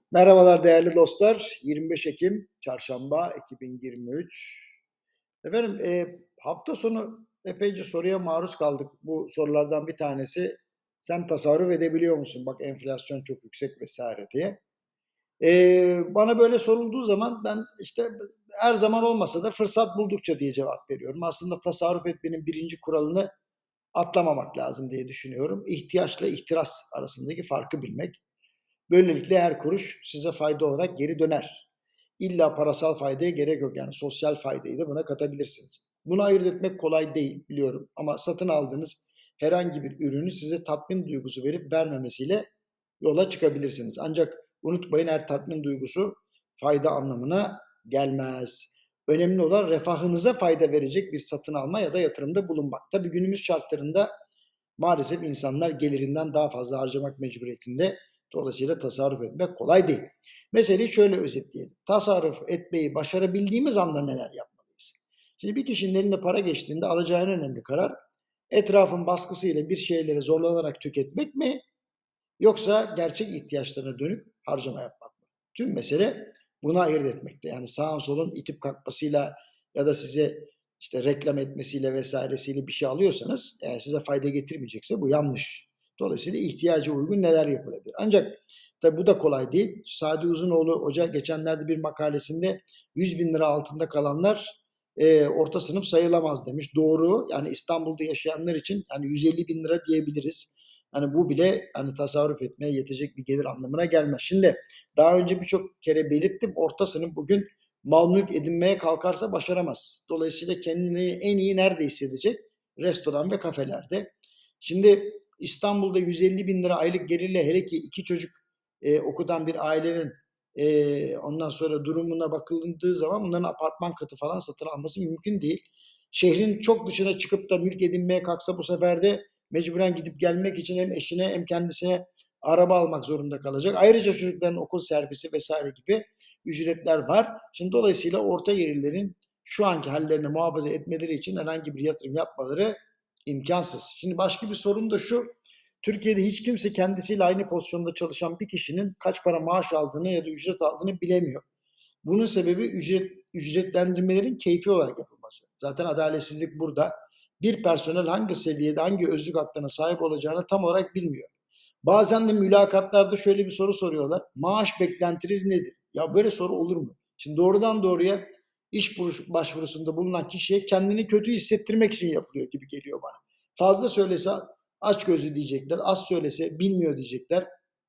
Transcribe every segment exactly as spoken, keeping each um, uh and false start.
Merhabalar değerli dostlar. yirmi beş Ekim Çarşamba iki bin yirmi üç. Efendim e, hafta sonu epeyce soruya maruz kaldık. Bu sorulardan bir tanesi sen tasarruf edebiliyor musun? Bak enflasyon çok yüksek vesaire diye. E, bana böyle sorulduğu zaman ben işte her zaman olmasa da fırsat buldukça diye cevap veriyorum. Aslında tasarruf etmenin birinci kuralını atlamamak lazım diye düşünüyorum. İhtiyaçla ihtiras arasındaki farkı bilmek. Böylelikle her kuruş size fayda olarak geri döner. İlla parasal faydaya gerek yok. Yani sosyal faydayı da buna katabilirsiniz. Bunu ayırt etmek kolay değil biliyorum. Ama satın aldığınız herhangi bir ürünü size tatmin duygusu verip vermemesiyle yola çıkabilirsiniz. Ancak unutmayın her tatmin duygusu fayda anlamına gelmez. Önemli olan refahınıza fayda verecek bir satın alma ya da yatırımda bulunmak. Tabii günümüz şartlarında maalesef insanlar gelirinden daha fazla harcamak mecburiyetinde. Dolayısıyla tasarruf etmek kolay değil. Meseleyi şöyle özetleyelim. Tasarruf etmeyi başarabildiğimiz anda neler yapmalıyız? Şimdi bir kişinin eline para geçtiğinde alacağı en önemli karar etrafın baskısıyla bir şeyleri zorlanarak tüketmek mi yoksa gerçek ihtiyaçlarına dönük harcama yapmak mı? Tüm mesele buna ayırt etmekte. Yani sağın solun itip kalkmasıyla ya da size işte reklam etmesiyle vesairesiyle bir şey alıyorsanız eğer size fayda getirmeyecekse bu yanlış. Dolayısıyla ihtiyaca uygun neler yapılabilir? Ancak tabi bu da kolay değil. Sadi Uzunoğlu Hoca geçenlerde bir makalesinde yüz bin lira altında kalanlar e, orta sınıf sayılamaz demiş. Doğru. Yani İstanbul'da yaşayanlar için yani yüz elli bin lira diyebiliriz. Hani bu bile hani tasarruf etmeye yetecek bir gelir anlamına gelmez. Şimdi daha önce birçok kere belirttim. Orta sınıf bugün mal mülk edinmeye kalkarsa başaramaz. Dolayısıyla kendini en iyi nerede hissedecek? Restoran ve kafelerde. Şimdi İstanbul'da yüz elli bin lira aylık gelirle hele ki iki çocuk e, okutan bir ailenin e, ondan sonra durumuna bakıldığı zaman bunların apartman katı falan satın alması mümkün değil. Şehrin çok dışına çıkıp da mülk edinmeye kalksa bu sefer de mecburen gidip gelmek için hem eşine hem kendisine araba almak zorunda kalacak. Ayrıca çocukların okul servisi vesaire gibi ücretler var. Şimdi dolayısıyla orta gelirlerin şu anki hallerini muhafaza etmeleri için herhangi bir yatırım yapmaları imkansız. Şimdi başka bir sorun da şu. Türkiye'de hiç kimse kendisiyle aynı pozisyonda çalışan bir kişinin kaç para maaş aldığını ya da ücret aldığını bilemiyor. Bunun sebebi ücret ücretlendirmelerin keyfi olarak yapılması. Zaten adaletsizlik burada. Bir personel hangi seviyede, hangi özlük haklarına sahip olacağını tam olarak bilmiyor. Bazen de mülakatlarda şöyle bir soru soruyorlar. Maaş beklentiniz nedir? Ya böyle soru olur mu? Şimdi doğrudan doğruya iş başvurusunda bulunan kişiye kendini kötü hissettirmek için yapılıyor gibi geliyor bana. Fazla söylese açgözlü diyecekler, az söylese bilmiyor diyecekler.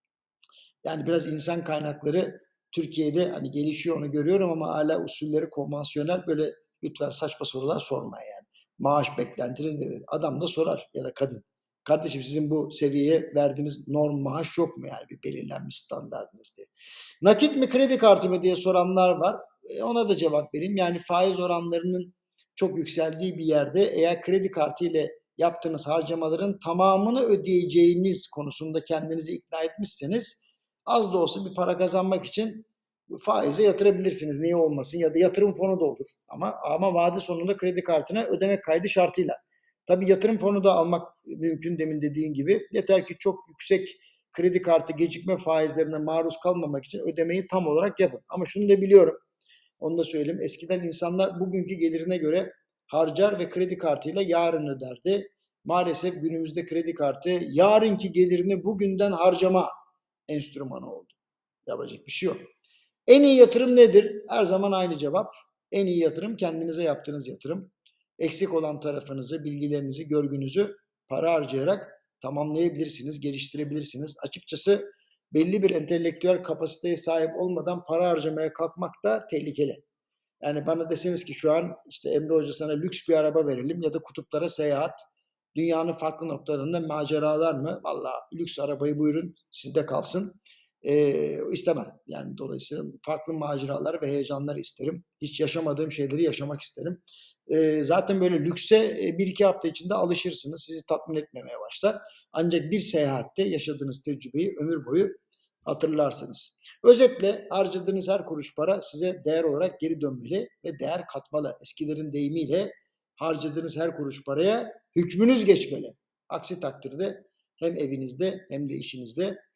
Yani biraz insan kaynakları Türkiye'de hani gelişiyor onu görüyorum ama hala usulleri konvansiyonel böyle lütfen saçma sorular sorma yani. Maaş beklentiniz nedir? Adam da sorar ya da kadın. Kardeşim sizin bu seviyeye verdiğiniz norm maaş yok mu yani bir belirlenmiş standartınız diye. Nakit mi kredi kartı mı diye soranlar var. E ona da cevap vereyim. Yani faiz oranlarının çok yükseldiği bir yerde eğer kredi kartı ile yaptığınız harcamaların tamamını ödeyeceğiniz konusunda kendinizi ikna etmişseniz az da olsa bir para kazanmak için faize yatırabilirsiniz. Niye olmasın? Ya da yatırım fonu da olur. Ama ama vade sonunda kredi kartına ödeme kaydı şartıyla. Tabii yatırım fonu da almak mümkün demin dediğin gibi. Yeter ki çok yüksek kredi kartı gecikme faizlerine maruz kalmamak için ödemeyi tam olarak yapın. Ama şunu da biliyorum. Onu da söyleyeyim. Eskiden insanlar bugünkü gelirine göre harcar ve kredi kartıyla yarın öderdi. Maalesef günümüzde kredi kartı yarınki gelirini bugünden harcama enstrümanı oldu. Yapacak bir şey yok. En iyi yatırım nedir? Her zaman aynı cevap. En iyi yatırım kendinize yaptığınız yatırım. Eksik olan tarafınızı, bilgilerinizi, görgünüzü para harcayarak tamamlayabilirsiniz, geliştirebilirsiniz. Açıkçası belli bir entelektüel kapasiteye sahip olmadan para harcamaya kalkmak da tehlikeli. Yani bana deseniz ki şu an işte Emre Hoca sana lüks bir araba verelim ya da kutuplara seyahat, dünyanın farklı noktalarında maceralar mı? Vallahi lüks arabayı buyurun sizde kalsın. Ee, istemem. Yani dolayısıyla farklı maceralar ve heyecanlar isterim. Hiç yaşamadığım şeyleri yaşamak isterim. Ee, zaten böyle lükse bir iki hafta içinde alışırsınız. Sizi tatmin etmemeye başlar. Ancak bir seyahatte yaşadığınız tecrübeyi ömür boyu hatırlarsınız. Özetle harcadığınız her kuruş para size değer olarak geri dönmeli ve değer katmalı. Eskilerin deyimiyle harcadığınız her kuruş paraya hükmünüz geçmeli. Aksi takdirde hem evinizde hem de işinizde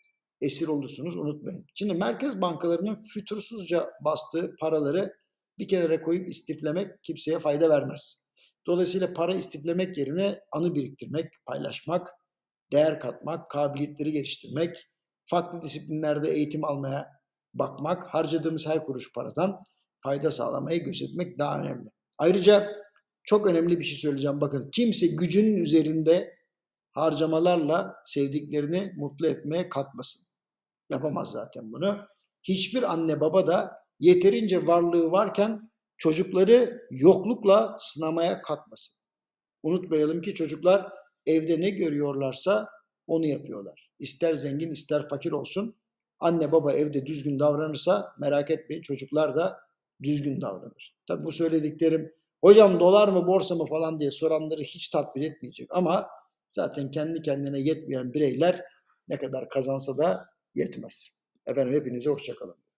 esir olursunuz, unutmayın. Şimdi merkez bankalarının fütursuzca bastığı paraları bir kenara koyup istiflemek kimseye fayda vermez. Dolayısıyla para istiflemek yerine anı biriktirmek, paylaşmak, değer katmak, kabiliyetleri geliştirmek, farklı disiplinlerde eğitim almaya bakmak, harcadığımız her kuruş paradan fayda sağlamayı gözetmek daha önemli. Ayrıca çok önemli bir şey söyleyeceğim. Bakın, kimse gücünün üzerinde harcamalarla sevdiklerini mutlu etmeye kalkmasın. Yapamaz zaten bunu. Hiçbir anne baba da yeterince varlığı varken çocukları yoklukla sınamaya kalkmasın. Unutmayalım ki çocuklar evde ne görüyorlarsa onu yapıyorlar. İster zengin ister fakir olsun. Anne baba evde düzgün davranırsa merak etmeyin, çocuklar da düzgün davranır. Tabii bu söylediklerim hocam dolar mı borsa mı falan diye soranları hiç tatmin etmeyecek ama zaten kendi kendine yetmeyen bireyler ne kadar kazansa da yetmez. Efendim hepinize hoşça kalın.